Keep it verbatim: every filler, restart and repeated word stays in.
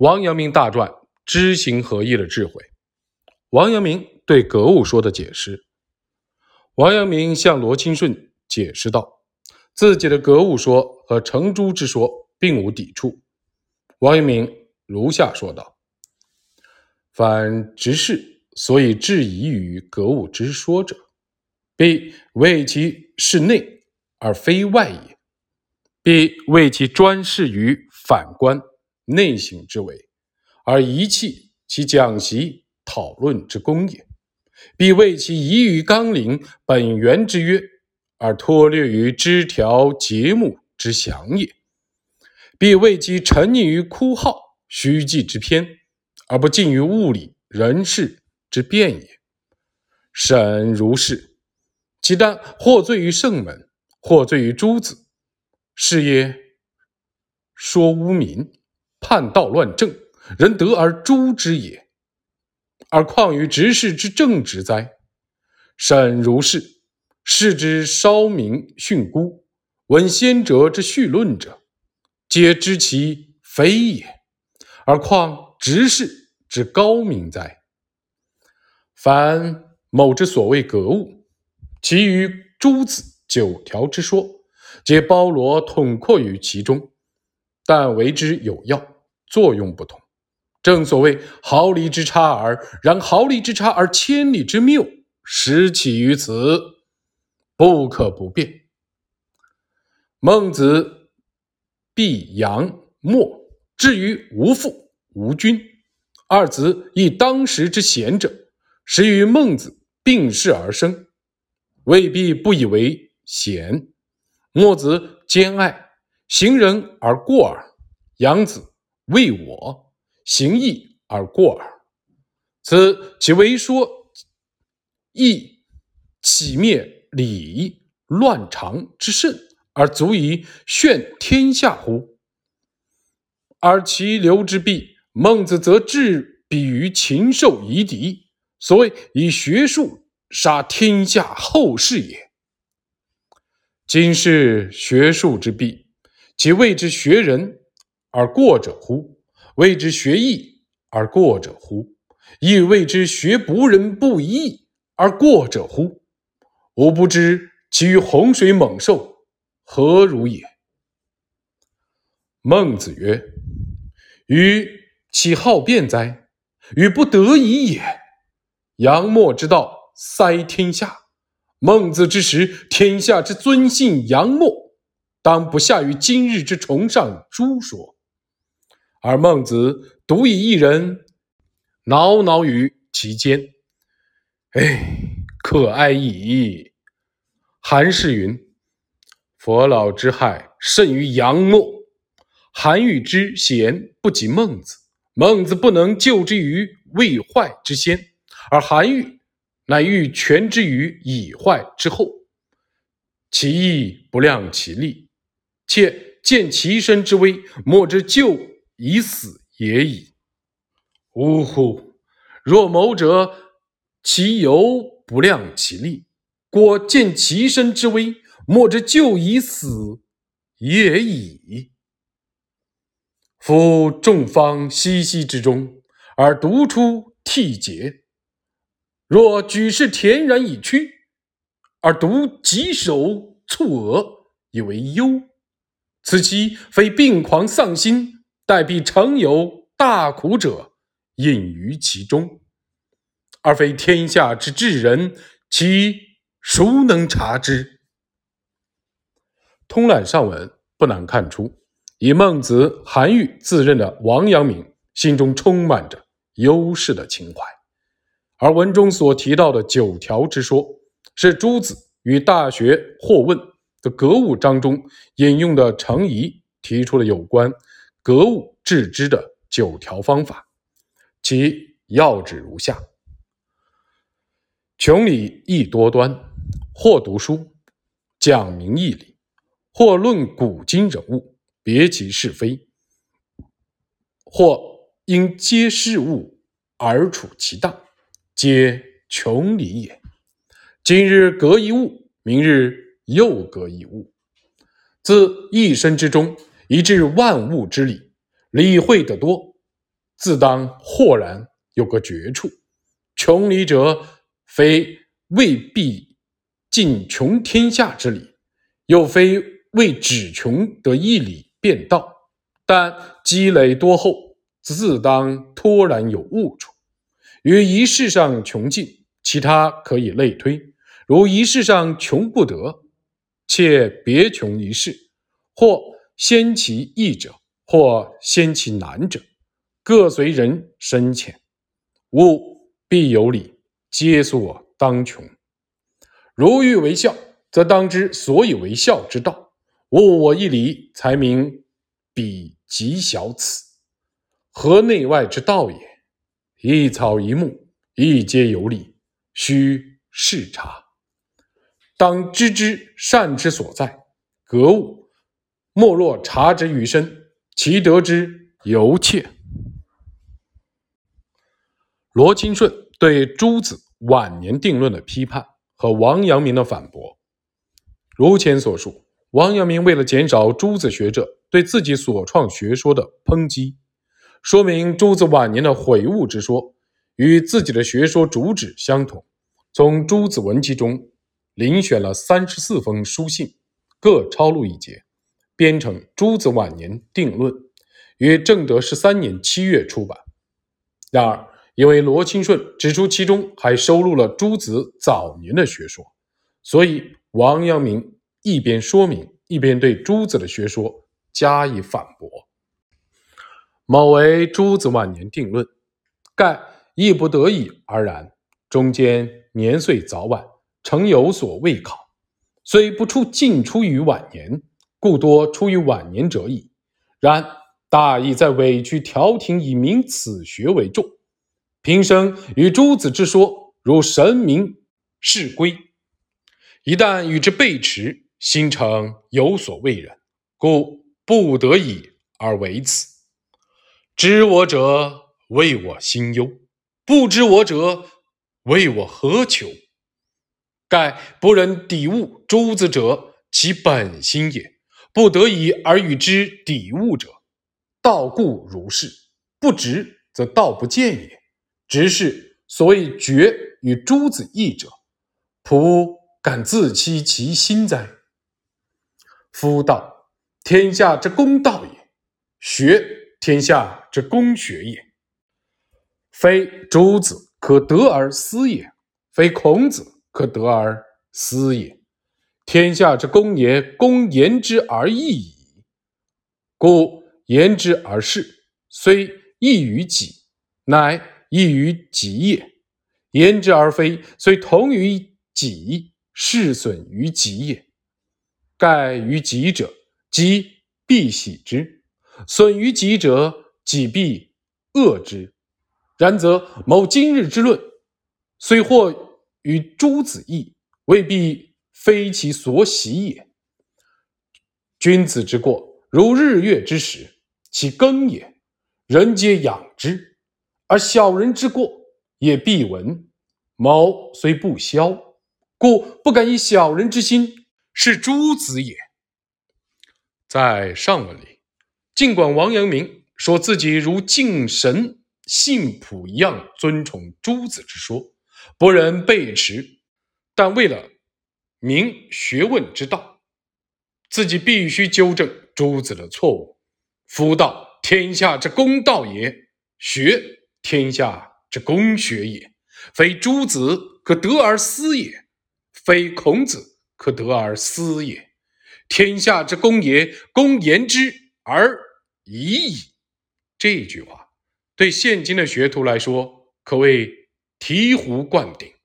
王阳明大传知行合一的智慧。王阳明对格物说的解释。王阳明向罗清顺解释道，自己的格物说和程朱之说并无抵触。王阳明如下说道：凡执事所以质疑于格物之说者，必为其是内而非外也，必为其专事于反观内省之为，而遗弃其讲习讨论之功也，必为其移于纲领本源之约，而脱略于枝条节目之详也，必为其沉溺于枯耗虚迹之偏，而不尽于物理人事之变也。审如是，其但或罪于圣门，或罪于诸子，是也说污民，叛道乱政，人得而诛之也，而况于执事之正直哉？审如是，是之烧民训孤，闻先哲之绪论者，皆知其非也，而况执事之高明哉？凡某之所谓格物，其余诸子九条之说，皆包罗统括于其中，但为之有要，作用不同。正所谓毫厘之差耳，然毫厘之差而千里之谬，实起于此，不可不辩。孟子必杨墨，至于无父无君二子，亦当时之贤者，实与孟子并世而生，未必不以为贤。墨子兼爱，行仁而过耳；杨子为我，行义而过耳。此其为说义起灭礼乱常之甚，而足以炫天下乎？而其流之弊，孟子则置比于禽兽夷狄，所谓以学术杀天下后世也。今是学术之弊，其谓之学人而过者乎？谓之学义而过者乎？亦谓之学不仁不义而过者乎？吾不知其于洪水猛兽何如也。孟子曰：予岂好辩哉？予不得已也。杨墨之道塞天下，孟子之时，天下之尊信杨墨，当不下于今日之崇尚诸说。而孟子独以一人挠挠于其间，哎，可哀矣。韩氏云：佛老之害甚于杨墨，韩愈之贤不及孟子，孟子不能救之于未坏之先，而韩愈乃欲全之于已坏之后，其义不量其力，且见其身之危，莫之救以死也已。呜呼！若谋者其犹不量其力，果见其身之危，莫之救以死也已。夫众方熙熙之中，而独出涕节，若举世恬然以趋，而独棘手蹙额以为忧，此其非病狂丧心，待必诚有大苦者隐于其中，而非天下之至人，其孰能察之？通览上文不难看出，以孟子、韩愈自认的王阳明心中充满着忧世的情怀，而文中所提到的九条之说，是朱子与《大学》或问的格物章中引用的程颐提出了有关格物致知的九条方法，其要旨如下：穷理益多端，或读书讲明义理，或论古今人物，别其是非，或因皆事物而处其当，皆穷理也。今日格一物，明日又格一物，自一身之中以至万物之理，理会得多， 自当豁然有个觉处。穷理者，非为必尽穷天下之理，又非为只穷得一理便道，但积累多厚，自当脱然有悟处。于一事上穷尽，其他可以类推；如一事上穷不得，且别穷一事，或先其易者，或先其难者，各随人深浅。物必有理，皆所当穷。如欲为孝，则当知所以为孝之道。物我一理，才明彼极小此。何内外之道也？一草一木，亦皆有理，须视察。当知之善之所在，格物，莫若察之于身，其得之犹切。罗钦顺对朱子晚年定论的批判和王阳明的反驳。如前所述，王阳明为了减少朱子学者对自己所创学说的抨击，说明朱子晚年的悔悟之说与自己的学说主旨相同，从朱子文集中遴选了三十四封书信，各抄录一节，编成《朱子晚年定论》，于正德十三年七月出版。然而因为罗钦顺指出其中还收录了朱子早年的学说，所以王阳明一边说明，一边对朱子的学说加以反驳。某为朱子晚年定论，盖亦不得已而然，中间年岁早晚，诚有所未考，虽不出尽出于晚年，故多出于晚年者矣。然大意在委曲调停，以明此学为重。平生与朱子之说，如神明是归，一旦与之背驰，心诚有所畏然，故不得已而为此。知我者，谓我心忧；不知我者，谓我何求？盖不忍抵悟朱子者，其本心也；不得已而与之抵悟者，道固如是，不直则道不见也。直是所谓绝与朱子异者，仆敢自欺其心哉？夫道，天下之公道也；学，天下之公学也。非朱子可得而思也，非孔子可得而思也。天下之公也，公言之而易矣。故言之而事，虽易于己，乃易于己也；言之而非，虽同于己，事损于己也。盖于己者，己必喜之；损于己者，己必恶之。然则某今日之论，虽或与朱子异，未必非其所喜也。君子之过，如日月之食，其羹也，人皆养之；而小人之过，也必闻。某虽不肖，故不敢以小人之心是朱子也。在上文里，尽管王阳明说自己如敬神信仆一样尊崇朱子之说，不忍背驰，但为了明学问之道，自己必须纠正朱子的错误。夫道，天下之公道也；学，天下之公学也。非朱子可得而思也，非孔子可得而思也。天下之公也，公言之而已矣。这句话对现今的学徒来说，可谓醍醐灌顶。